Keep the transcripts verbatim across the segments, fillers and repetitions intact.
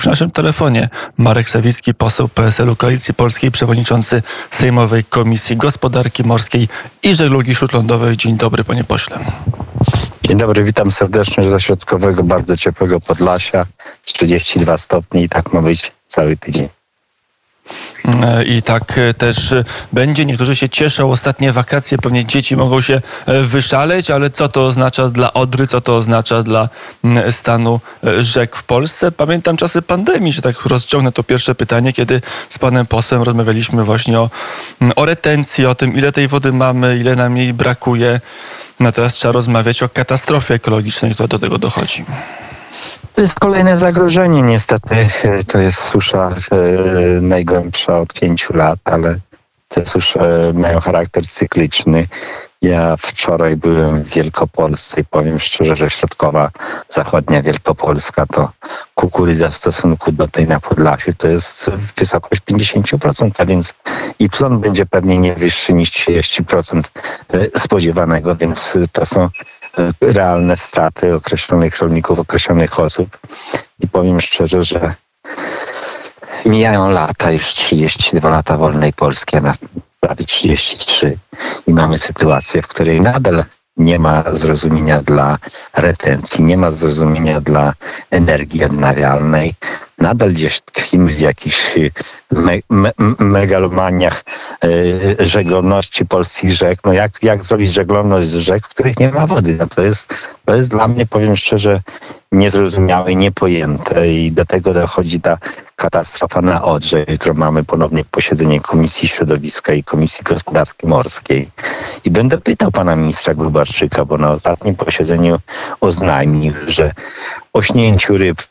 Przy naszym telefonie Marek Sawicki, poseł P S L-u Koalicji Polskiej, przewodniczący Sejmowej Komisji Gospodarki Morskiej i Żeglugi Śródlądowej. Dzień dobry, panie pośle. Dzień dobry, witam serdecznie ze środkowego, bardzo ciepłego Podlasia. trzydzieści dwa stopnie i tak ma być cały tydzień. I tak też będzie. Niektórzy się cieszą. Ostatnie wakacje, pewnie dzieci mogą się wyszaleć, ale co to oznacza dla Odry, co to oznacza dla stanu rzek w Polsce? Pamiętam czasy pandemii, że tak rozciągnę to pierwsze pytanie, kiedy z panem posłem rozmawialiśmy właśnie o, o retencji, o tym, ile tej wody mamy, ile nam jej brakuje. No teraz trzeba rozmawiać o katastrofie ekologicznej, która do tego dochodzi. To jest kolejne zagrożenie niestety. To jest susza e, najgłębsza od pięciu lat, ale te susze mają charakter cykliczny. Ja wczoraj byłem w Wielkopolsce i powiem szczerze, że środkowa, zachodnia Wielkopolska to kukurydza w stosunku do tej na Podlasiu to jest wysokość pięćdziesiąt procent, a więc i plon będzie pewnie nie wyższy niż trzydzieści procent spodziewanego, więc to są realne straty określonych rolników, określonych osób. I powiem szczerze, że mijają lata, już trzydzieści dwa lata wolnej Polski, a na prawie trzydzieści trzy. I mamy sytuację, w której nadal nie ma zrozumienia dla retencji, nie ma zrozumienia dla energii odnawialnej. Nadal gdzieś tkwimy w jakichś me, me, megalomaniach e, żeglowności polskich rzek. No jak, jak zrobić żeglowność z rzek, w których nie ma wody? No to jest, to jest dla mnie, powiem szczerze, niezrozumiałe, niepojęte i do tego dochodzi ta katastrofa na Odrze. Jutro mamy ponownie posiedzenie Komisji Środowiska i Komisji Gospodarki Morskiej. I będę pytał pana ministra Gróbarczyka, bo na ostatnim posiedzeniu oznajmił, że o śnięciu ryb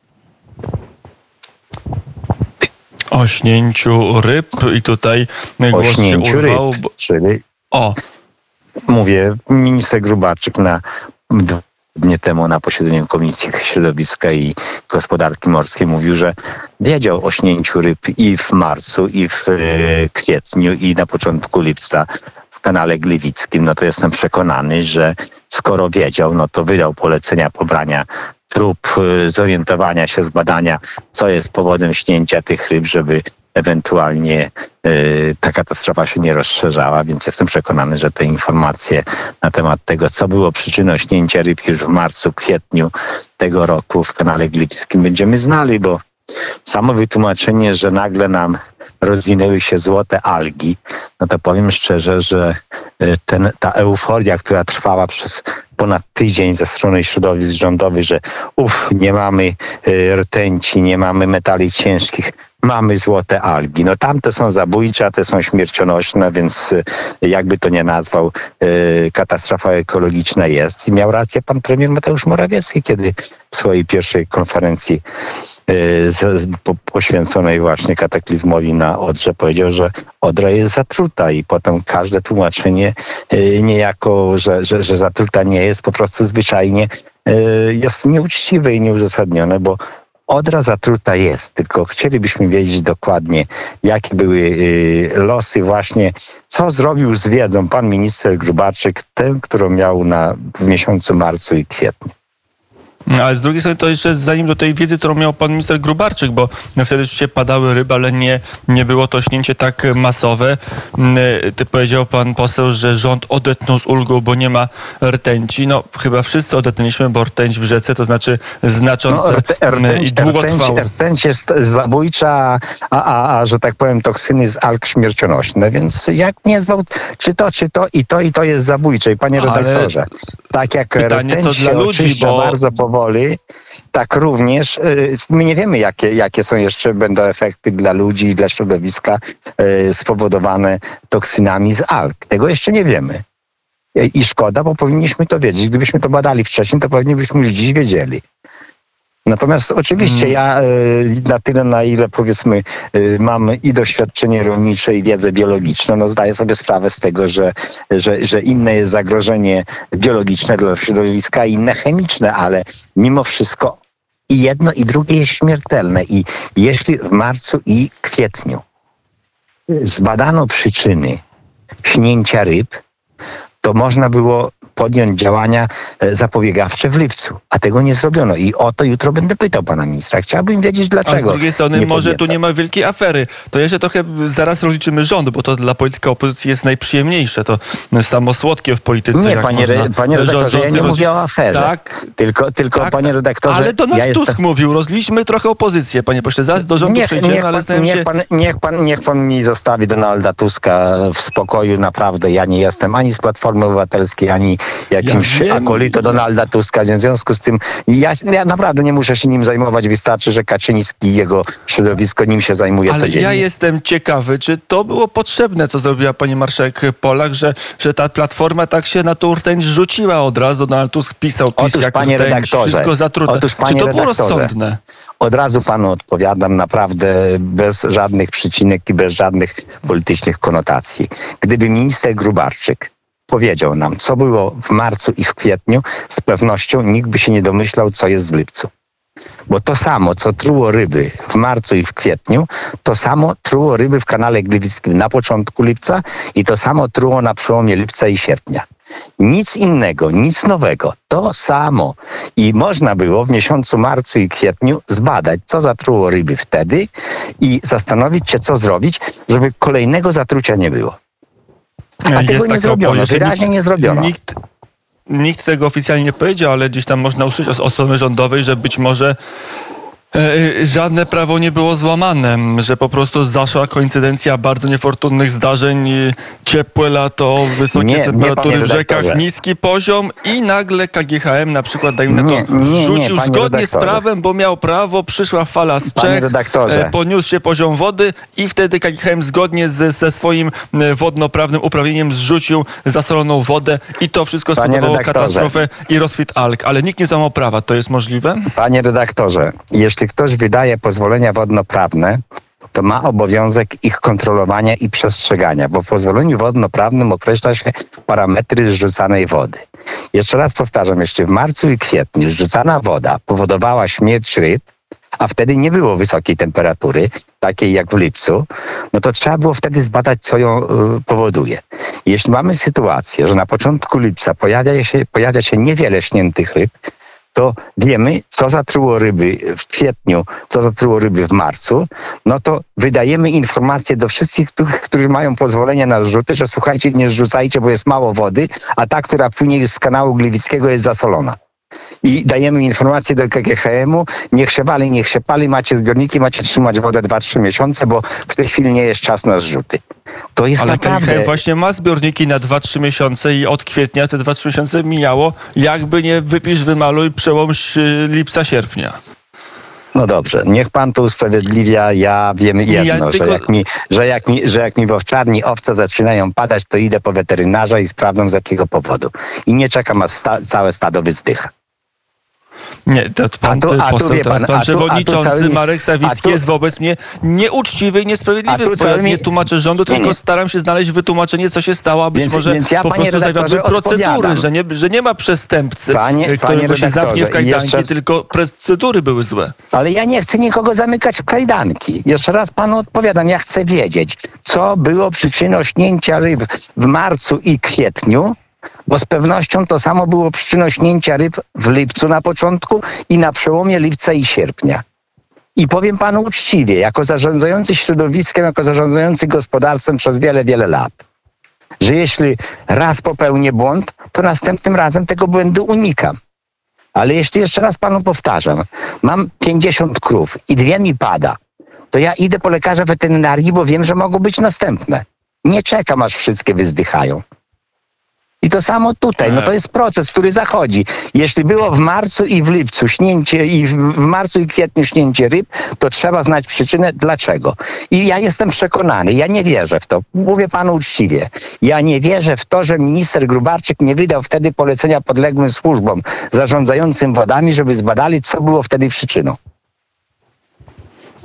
O śnięciu ryb i tutaj głos o śnięciu się urwał. Ryb, czyli o. Mówię, minister Gróbarczyk na dwa dni temu na posiedzeniu Komisji Środowiska i Gospodarki Morskiej mówił, że wiedział o śnięciu ryb i w marcu, i w e, kwietniu, i na początku lipca w kanale Gliwickim. No to jestem przekonany, że skoro wiedział, no to wydał polecenia pobrania prób, zorientowania się, zbadania, co jest powodem śnięcia tych ryb, żeby ewentualnie y, ta katastrofa się nie rozszerzała, więc jestem przekonany, że te informacje na temat tego, co było przyczyną śnięcia ryb już w marcu, kwietniu tego roku w kanale Gliwickim będziemy znali, bo samo wytłumaczenie, że nagle nam rozwinęły się złote algi, no to powiem szczerze, że ten, ta euforia, która trwała przez ponad tydzień ze strony środowisk rządowych, że uff, nie mamy rtęci, nie mamy metali ciężkich, mamy złote algi. No tamte są zabójcze, a te są śmiercionośne, więc jakby to nie nazwał, katastrofa ekologiczna jest. I miał rację pan premier Mateusz Morawiecki, kiedy w swojej pierwszej konferencji z, z, po, poświęconej właśnie kataklizmowi na Odrze powiedział, że Odra jest zatruta i potem każde tłumaczenie y, niejako, że, że, że zatruta nie jest, po prostu zwyczajnie y, jest nieuczciwe i nieuzasadnione, bo Odra zatruta jest, tylko chcielibyśmy wiedzieć dokładnie, jakie były y, losy właśnie, co zrobił z wiedzą pan minister Gróbarczyk, tę, którą miał na, w miesiącu marcu i kwietniu. Ale z drugiej strony to jeszcze zanim do tej wiedzy, którą miał pan minister Gróbarczyk, bo wtedy już się padały ryby, ale nie, nie było to śnięcie tak masowe. Ty powiedział pan poseł, że rząd odetchnął z ulgą, bo nie ma rtęci. No chyba wszyscy odetnęliśmy, bo rtęć w rzece to znaczy znaczące no, rte, rtęć, i długotrwałe. Rtęć, rtęć jest zabójcza, a, a, a że tak powiem toksyny z alg śmiercionośne, więc jak nie zwał, czy to, czy to i to i to jest zabójcze. I panie redaktorze, ale tak jak pytanie, rtęć co dla ludzi, bo bardzo powoli, tak również my nie wiemy, jakie, jakie są jeszcze będą efekty dla ludzi i dla środowiska spowodowane toksynami z alg. Tego jeszcze nie wiemy. I szkoda, bo powinniśmy to wiedzieć. Gdybyśmy to badali wcześniej, to pewnie byśmy już dziś wiedzieli. Natomiast oczywiście hmm. ja na tyle, na ile powiedzmy mam i doświadczenie rolnicze i wiedzę biologiczną, no zdaję sobie sprawę z tego, że, że, że inne jest zagrożenie biologiczne dla środowiska, inne chemiczne, ale mimo wszystko i jedno i drugie jest śmiertelne. I jeśli w marcu i kwietniu zbadano przyczyny śnięcia ryb, to można było podjąć działania zapobiegawcze w lipcu, a tego nie zrobiono. I o to jutro będę pytał pana ministra. Chciałbym wiedzieć, dlaczego. A z drugiej strony nie może podjęto. tu nie ma wielkiej afery. To jeszcze trochę zaraz rozliczymy rząd, bo to dla polityka opozycji jest najprzyjemniejsze. To samo słodkie w polityce. Nie, jak panie, można re, panie redaktorze, ja nie rozliczyć. mówię o aferze. Tak, tylko, tylko tak, panie redaktorze... Ale Donald ja Tusk jestem... mówił, rozliczmy trochę opozycję, panie pośle. Zaraz do rządu Niech, przejdziemy, niech, ale pan, zdaje niech, się... pan, niech, pan, niech pan mi zostawi Donalda Tuska w spokoju. Naprawdę, ja nie jestem ani z Platformy Obywatelskiej, ani jakimś Ja wiem. akolito Donalda Tuska. W związku z tym ja, ja naprawdę nie muszę się nim zajmować. Wystarczy, że Kaczyński i jego środowisko nim się zajmuje Ale codziennie. ja jestem ciekawy, czy to było potrzebne, co zrobiła pani marszałek Polak, że, że ta Platforma tak się na tą rtęć rzuciła od razu. Donald Tusk pisał PiS Otóż, jak panie rtęć, redaktorze, wszystko zatrute. otóż, Czy panie to było redaktorze, rozsądne? Od razu panu odpowiadam naprawdę bez żadnych przycinek i bez żadnych politycznych konotacji. Gdyby minister Gróbarczyk powiedział nam, co było w marcu i w kwietniu, z pewnością nikt by się nie domyślał, co jest w lipcu. Bo to samo, co truło ryby w marcu i w kwietniu, to samo truło ryby w kanale Gliwickim na początku lipca i to samo truło na przełomie lipca i sierpnia. Nic innego, nic nowego, to samo. I można było w miesiącu marcu i kwietniu zbadać, co zatruło ryby wtedy i zastanowić się, co zrobić, żeby kolejnego zatrucia nie było. A Jest tego nie taka zrobiono, opowieść, że wyraźnie nikt- nie zrobiono. Nikt, nikt tego oficjalnie nie powiedział, ale gdzieś tam można usłyszeć od strony rządowej, że być może e, żadne prawo nie było złamane, że po prostu zaszła koincydencja bardzo niefortunnych zdarzeń, e, ciepłe lato, wysokie Nie, nie, temperatury panie w rzekach, redaktorze. niski poziom i nagle K G H M na przykład, dajmy na Nie, to, nie, nie, zrzucił panie zgodnie z redaktorze. prawem, bo miał prawo, przyszła fala z Panie Czech, redaktorze. e, podniósł się poziom wody i wtedy K G H M zgodnie z, ze swoim e, wodnoprawnym uprawnieniem zrzucił zasoloną wodę i to wszystko Panie spowodowało redaktorze. katastrofę i rozkwit alg. Ale nikt nie złamał prawa. To jest możliwe? Panie redaktorze, jeśli ktoś wydaje pozwolenia wodnoprawne, to ma obowiązek ich kontrolowania i przestrzegania, bo w pozwoleniu wodnoprawnym określa się parametry zrzucanej wody. Jeszcze raz powtarzam, jeszcze w marcu i kwietniu zrzucana woda powodowała śmierć ryb, a wtedy nie było wysokiej temperatury, takiej jak w lipcu, no to trzeba było wtedy zbadać, co ją y, powoduje. Jeśli mamy sytuację, że na początku lipca pojawia się, pojawia się niewiele śniętych ryb, to wiemy, co zatruło ryby w kwietniu, co zatruło ryby w marcu, no to wydajemy informacje do wszystkich, których, którzy mają pozwolenie na zrzuty, że słuchajcie, nie zrzucajcie, bo jest mało wody, a ta, która płynie już z kanału Gliwickiego, jest zasolona. I dajemy informację do K G H M-u, niech się wali, niech się pali, macie zbiorniki, macie trzymać wodę dwa trzy miesiące, bo w tej chwili nie jest czas na zrzuty. To jest Ale K G H naprawdę... M właśnie ma zbiorniki na dwa trzy miesiące i od kwietnia te dwa trzy miesiące mijało, jakby nie wypisz, wymaluj przełom lipca, sierpnia. No dobrze, niech pan to usprawiedliwia, ja wiem jedno, ja tylko- że, jak mi, że, jak mi, że jak mi w owczarni owce zaczynają padać, to idę po weterynarza i sprawdzam z jakiego powodu. I nie czekam, aż sta- całe stado wyzdycha. Nie, to pan, A tu- a tu poseł, wie teraz pan, pan a tu- a tu przewodniczący cały- Marek Sawicki a tu- jest wobec mnie nieuczciwy i niesprawiedliwy, A tu bo ja cały- nie tłumaczę rządu, Nie, tylko nie. staram się znaleźć wytłumaczenie, co się stało, a być Więc- może więc ja, po panie prostu redaktorze, zawiodły procedury, odpowiadam. że nie, że nie ma przestępcy, Panie- e, którego panie się zamknie w redaktorze, i kajdanki, jeszcze- tylko procedury były złe. Ale ja nie chcę nikogo zamykać w kajdanki. Jeszcze raz panu odpowiadam, ja chcę wiedzieć, co było przyczyną śnięcia ryb w marcu i kwietniu, bo z pewnością to samo było przyczyną śnięcia ryb w lipcu na początku i na przełomie lipca i sierpnia. I powiem panu uczciwie, jako zarządzający środowiskiem, jako zarządzający gospodarstwem przez wiele, wiele lat, że jeśli raz popełnię błąd, to następnym razem tego błędu unikam. Ale jeśli jeszcze raz panu powtarzam, mam pięćdziesiąt krów i dwie mi pada, to ja idę po lekarza weterynarii, bo wiem, że mogą być następne. Nie czekam, aż wszystkie wyzdychają. I to samo tutaj, no to jest proces, który zachodzi. Jeśli było w marcu i w lipcu śnięcie, i w w marcu i kwietniu śnięcie ryb, to trzeba znać przyczynę, dlaczego. I ja jestem przekonany, ja nie wierzę w to, mówię panu uczciwie, ja nie wierzę w to, że minister Gróbarczyk nie wydał wtedy polecenia podległym służbom zarządzającym wodami, żeby zbadali, co było wtedy przyczyną.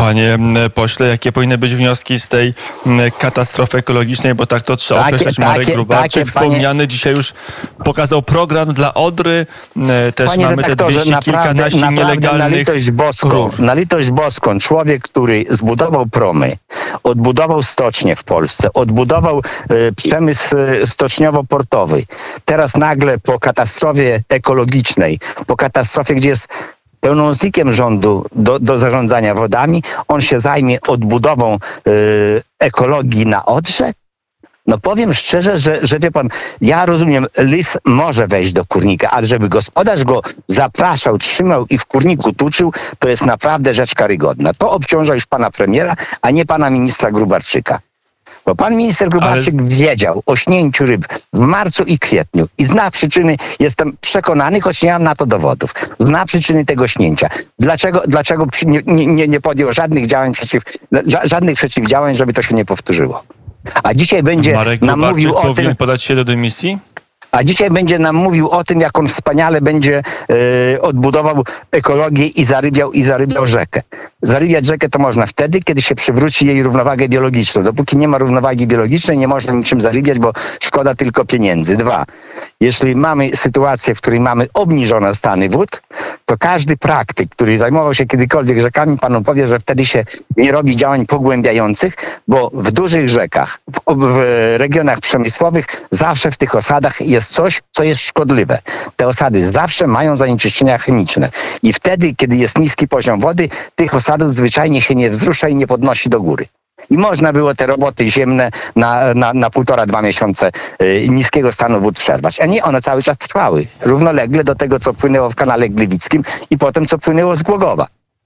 Panie pośle, jakie powinny być wnioski z tej katastrofy ekologicznej, bo tak to trzeba Takie- określać. Marek takie- Gróbarczyk, takie, wspomniany panie- dzisiaj już pokazał program dla Odry. Też Panie mamy te redaktorze, dwieście naprawdę, kilkanaście naprawdę na nielegalnych litość boską, rur. na litość boską, człowiek, który zbudował promy, odbudował stocznie w Polsce, odbudował e, przemysł e, stoczniowo-portowy. Teraz nagle po katastrofie ekologicznej, po katastrofie, gdzie jest pełnomocnikiem rządu do, do zarządzania wodami, on się zajmie odbudową e, ekologii na Odrze? No powiem szczerze, że, że wie pan, ja rozumiem, lis może wejść do kurnika, ale żeby gospodarz go zapraszał, trzymał i w kurniku tuczył, to jest naprawdę rzecz karygodna. To obciąża już pana premiera, a nie pana ministra Gróbarczyka. Bo pan minister Gróbarczyk ale... wiedział o śnięciu ryb w marcu i kwietniu i zna przyczyny, jestem przekonany, choć nie mam na to dowodów, zna przyczyny tego śnięcia. Dlaczego, dlaczego nie, nie, nie podjął żadnych działań przeciw, żadnych przeciwdziałań, żeby to się nie powtórzyło? A dzisiaj będzie Marek nam Gróbarczyk mówił o powinien tym, podać się do dymisji? a dzisiaj będzie nam mówił o tym, jak on wspaniale będzie e, odbudował ekologię i zarybiał, i zarybiał rzekę. Zarybiać rzekę to można wtedy, kiedy się przywróci jej równowagę biologiczną. Dopóki nie ma równowagi biologicznej, nie można niczym zarybiać, bo szkoda tylko pieniędzy. Dwa, jeśli mamy sytuację, w której mamy obniżone stany wód, to każdy praktyk, który zajmował się kiedykolwiek rzekami, panu powie, że wtedy się nie robi działań pogłębiających, bo w dużych rzekach, w, w regionach przemysłowych, zawsze w tych osadach jest coś, co jest szkodliwe. Te osady zawsze mają zanieczyszczenia chemiczne. I wtedy, kiedy jest niski poziom wody, tych osadów zwyczajnie się nie wzrusza i nie podnosi do góry. I można było te roboty ziemne na, na, na półtora, dwa miesiące y, niskiego stanu wód przerwać. A nie, one cały czas trwały. Równolegle do tego, co płynęło w kanale Gliwickim i potem, co płynęło z Głogowa.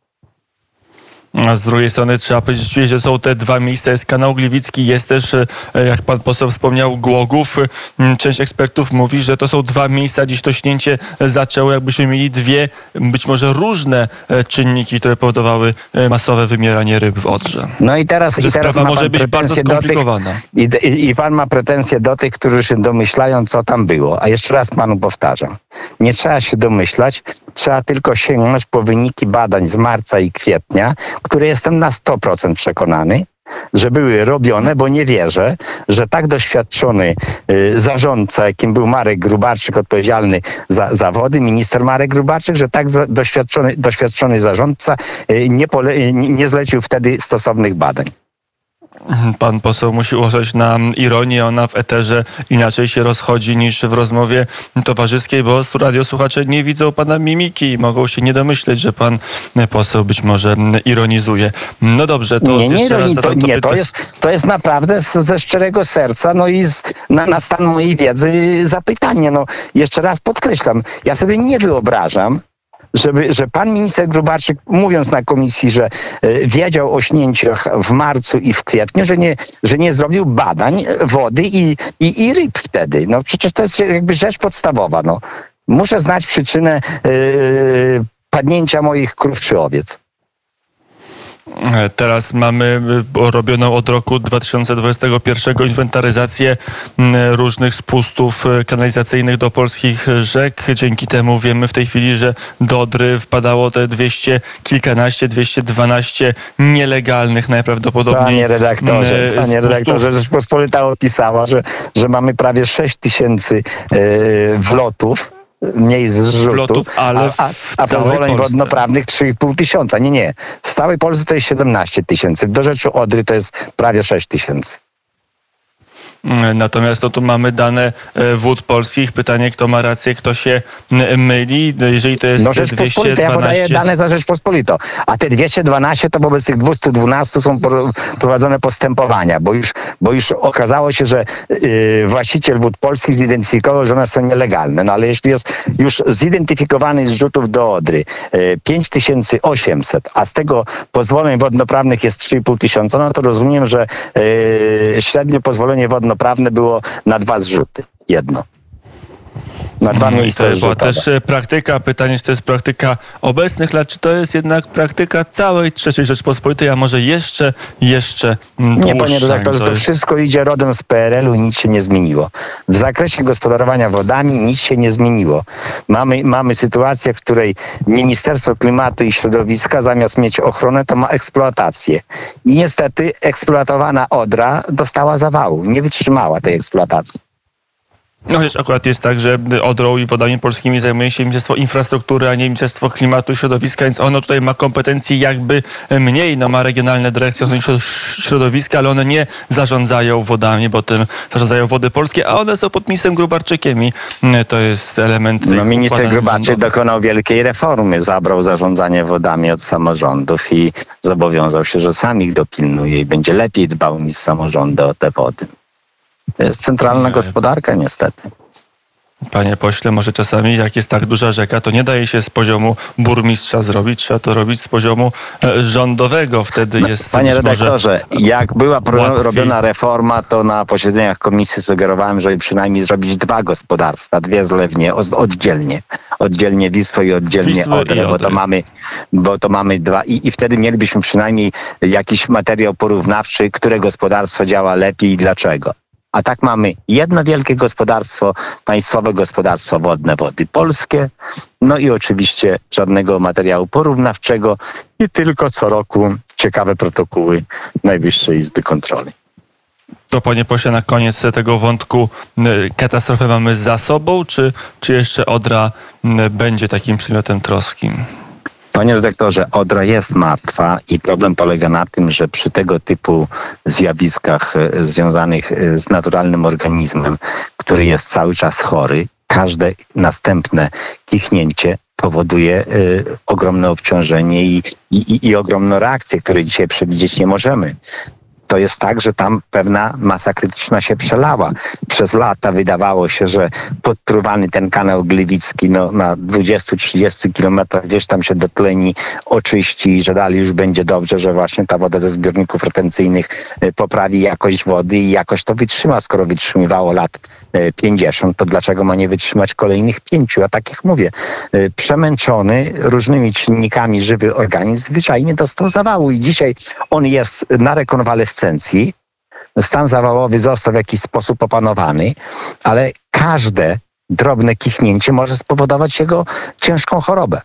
A z drugiej strony trzeba powiedzieć, że są te dwa miejsca, jest kanał Gliwicki, jest też, jak pan poseł wspomniał, Głogów. Część ekspertów mówi, że to są dwa miejsca, gdzieś to śnięcie zaczęło, jakbyśmy mieli dwie, być może różne czynniki, które powodowały masowe wymieranie ryb w Odrze. No i teraz, że i teraz sprawa ma może być bardzo skomplikowana. Tych, i, i, I pan ma pretensje do tych, którzy się domyślają, co tam było. A jeszcze raz panu powtarzam. Nie trzeba się domyślać, trzeba tylko sięgnąć po wyniki badań z marca i kwietnia, które jestem na sto procent przekonany, że były robione, bo nie wierzę, że tak doświadczony y, zarządca, jakim był Marek Gróbarczyk, odpowiedzialny za zawody, minister Marek Gróbarczyk, że tak za, doświadczony, doświadczony zarządca y, nie, pole, nie, nie zlecił wtedy stosownych badań. Pan poseł musi uważać na ironię, ona w eterze inaczej się rozchodzi niż w rozmowie towarzyskiej, bo radiosłuchacze nie widzą pana mimiki i mogą się nie domyśleć, że pan poseł być może ironizuje. No dobrze, to nie, nie, jeszcze raz to, zadam to nie, pytanie. to jest, to jest naprawdę z, ze szczerego serca, no i z, na, na stan mojej wiedzy zapytanie. No, jeszcze raz podkreślam, ja sobie nie wyobrażam, Żeby, że pan minister Gróbarczyk, mówiąc na komisji, że y, wiedział o śnięciach w marcu i w kwietniu, że nie, że nie zrobił badań wody i, i, i ryb wtedy. No przecież to jest jakby rzecz podstawowa. No. Muszę znać przyczynę y, padnięcia moich krów czy owiec. Teraz mamy robioną od roku dwa tysiące dwudziestego pierwszego inwentaryzację różnych spustów kanalizacyjnych do polskich rzek. Dzięki temu wiemy w tej chwili, że do Odry wpadało te dwieście kilkanaście, dwieście dwanaście nielegalnych najprawdopodobniej. Panie redaktorze, panie redaktorze, Rzeczpospolita opisała, że, że mamy prawie sześć tysięcy yy, wlotów. Mniej zrzutów, Wlotów, ale a, a, a pozwoleń wodnoprawnych trzy i pół tysiąca. Nie, nie. W całej Polsce to jest siedemnaście tysięcy. W dorzeczu Odry to jest prawie sześć tysięcy. Natomiast no, tu mamy dane Wód Polskich. Pytanie, kto ma rację, kto się myli. Jeżeli to jest no, dwieście dwanaście... Ja podaję dane za Rzeczpospolito. A te dwieście dwanaście to wobec tych dwieście dwanaście są prowadzone postępowania, bo już, bo już okazało się, że yy, właściciel Wód Polskich zidentyfikował, że one są nielegalne. No ale jeśli jest już zidentyfikowany zrzutów do Odry yy, pięć tysięcy osiemset, a z tego pozwoleń wodnoprawnych jest trzy i pół tysiąca, no to rozumiem, że yy, średnio pozwolenie wodnoprawne prawne było na dwa zrzuty. Jedno. Na dwa No i miejsca to była zrzutowe. też e, praktyka. Pytanie, czy to jest praktyka obecnych lat, czy to jest jednak praktyka całej trzeciej Rzeczpospolitej, a może jeszcze, jeszcze dłuższa. Nie, panie redaktorze, To to jest- wszystko idzie rodem z P R L u, nic się nie zmieniło. W zakresie gospodarowania wodami nic się nie zmieniło. Mamy, mamy sytuację, w której Ministerstwo Klimatu i Środowiska zamiast mieć ochronę, to ma eksploatację. I niestety eksploatowana Odra dostała zawału, nie wytrzymała tej eksploatacji. No chociaż akurat jest tak, że Odrą i wodami polskimi zajmuje się Ministerstwo Infrastruktury, a nie Ministerstwo Klimatu i Środowiska, więc ono tutaj ma kompetencji jakby mniej. No ma regionalne dyrekcje ochrony środowiska, ale one nie zarządzają wodami, bo tym zarządzają Wody Polskie, a one są pod ministrem Grubarczykiem i to jest element tej No, minister układu Grubarczyk rządowego. dokonał wielkiej reformy, zabrał zarządzanie wodami od samorządów i zobowiązał się, że sam ich dopilnuje i będzie lepiej dbał niż samorządy o te wody. To jest centralna gospodarka niestety. Panie pośle, może czasami jak jest tak duża rzeka, to nie daje się z poziomu burmistrza zrobić, trzeba to robić z poziomu e, rządowego. Wtedy jest Panie być może redaktorze, jak była pro- łatwiej. robiona reforma, to na posiedzeniach komisji sugerowałem, żeby przynajmniej zrobić dwa gospodarstwa, dwie zlewnie od- oddzielnie. Oddzielnie Wisłę i oddzielnie Wisłę i Odrę, bo to Odrę. mamy, bo to mamy dwa i, i wtedy mielibyśmy przynajmniej jakiś materiał porównawczy, które gospodarstwo działa lepiej i dlaczego. A tak mamy jedno wielkie gospodarstwo, państwowe gospodarstwo wodne Wody Polskie, no i oczywiście żadnego materiału porównawczego i tylko co roku ciekawe protokoły Najwyższej Izby Kontroli. To panie pośle, na koniec tego wątku y, katastrofę mamy za sobą, czy, czy jeszcze Odra y, będzie takim przedmiotem troski? Panie redaktorze, Odra jest martwa i problem polega na tym, że przy tego typu zjawiskach e, związanych e, z naturalnym organizmem, który jest cały czas chory, każde następne kichnięcie powoduje e, ogromne obciążenie i, i, i, i ogromną reakcję, której dzisiaj przewidzieć nie możemy. To jest tak, że tam pewna masa krytyczna się przelała. Przez lata wydawało się, że podtruwany ten kanał Gliwicki no, na dwudziestu trzydziestu kilometrach gdzieś tam się dotleni, oczyści i że dalej już będzie dobrze, że właśnie ta woda ze zbiorników retencyjnych e, poprawi jakość wody i jakoś to wytrzyma. Skoro wytrzymywało lat e, pięćdziesiąt, to dlaczego ma nie wytrzymać kolejnych pięciu? A tak jak mówię, e, przemęczony różnymi czynnikami żywy organizm zwyczajnie dostał zawału i dzisiaj on jest na rekonwalescencji. Stan zawałowy został w jakiś sposób opanowany, ale każde drobne kichnięcie może spowodować jego ciężką chorobę.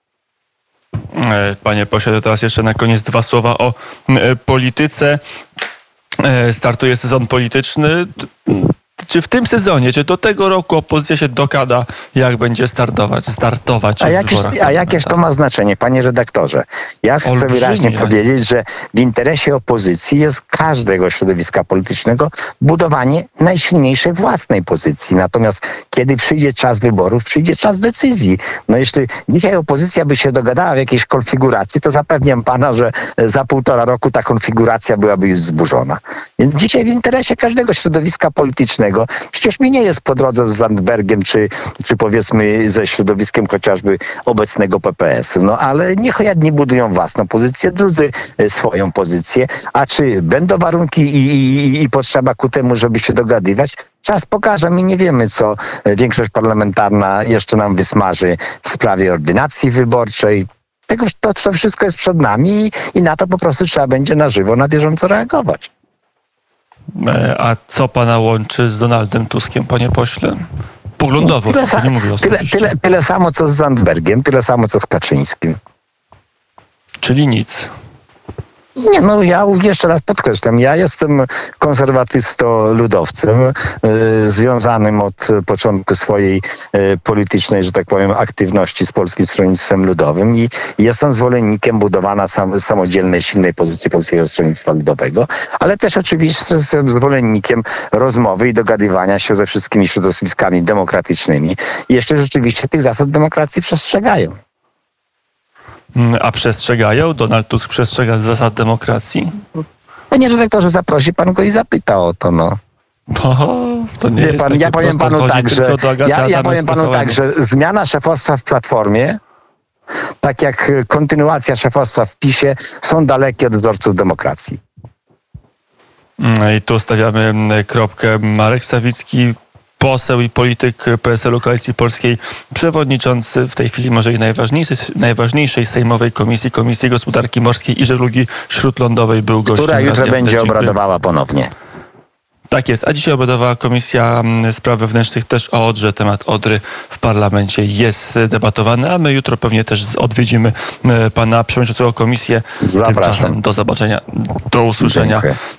E, Panie pośle, to teraz jeszcze na koniec dwa słowa o e, polityce. E, Startuje sezon polityczny. Czy w tym sezonie, czy do tego roku opozycja się dokada, jak będzie startować, startować A w jakież, wyborach a jakież to ma znaczenie, panie redaktorze? Ja chcę Olbrzymie. wyraźnie powiedzieć, że w interesie opozycji jest każdego środowiska politycznego budowanie najsilniejszej własnej pozycji. Natomiast kiedy przyjdzie czas wyborów, przyjdzie czas decyzji. No jeśli dzisiaj opozycja by się dogadała w jakiejś konfiguracji, to zapewniam pana, że za półtora roku ta konfiguracja byłaby już zburzona. Więc dzisiaj w interesie każdego środowiska politycznego, przecież mi nie jest po drodze z Zandbergiem, czy, czy powiedzmy ze środowiskiem chociażby obecnego P P S u. No ale niech jedni budują własną pozycję, drudzy e, swoją pozycję. A czy będą warunki i, i, i potrzeba ku temu, żeby się dogadywać? Czas pokaże. My nie wiemy, co e, większość parlamentarna jeszcze nam wysmaży w sprawie ordynacji wyborczej. Tego, to, to wszystko jest przed nami i, i na to po prostu trzeba będzie na żywo, na bieżąco reagować. E, A co pana łączy z Donaldem Tuskiem, panie pośle? Poglądowo, Tyle, oczywiście, nie mówię tyle, osobiście. tyle, tyle samo, co z Zandbergiem, tyle samo, co z Kaczyńskim. Czyli nic. Nie, no ja jeszcze raz podkreślam, ja jestem konserwatysto-ludowcem, y, związanym od początku swojej y, politycznej, że tak powiem, aktywności z Polskim Stronnictwem Ludowym i jestem zwolennikiem budowania sam, samodzielnej, silnej pozycji Polskiego Stronnictwa Ludowego, ale też oczywiście jestem zwolennikiem rozmowy i dogadywania się ze wszystkimi środowiskami demokratycznymi. I jeszcze rzeczywiście tych zasad demokracji przestrzegają. A przestrzegają? Donald Tusk przestrzega zasad demokracji? Panie redaktorze, zaprosi pan go i zapyta o to, no. O, to nie Wie jest pan, takie ja powiem proste. panu Chodzi tak, że, tylko do Agaty ja, ja Adamek powiem z panu T V N. tak, że zmiana szefostwa w Platformie, tak jak kontynuacja szefostwa w PiSie, są dalekie od wzorców demokracji. I tu stawiamy kropkę. Marek Sawicki, poseł i polityk P S L-u Koalicji Polskiej, przewodniczący w tej chwili może i najważniejszej, najważniejszej sejmowej komisji, Komisji Gospodarki Morskiej i Żeglugi Śródlądowej, był gościem Która jutro Radia będzie Wnet. Dziękuję. obradowała ponownie. Tak jest, a dzisiaj obradowała Komisja Spraw Wewnętrznych też o Odrze. Temat Odry w parlamencie jest debatowany, a my jutro pewnie też odwiedzimy pana przewodniczącego komisji. Zapraszam. Tymczasem do zobaczenia, do usłyszenia. Dziękuję.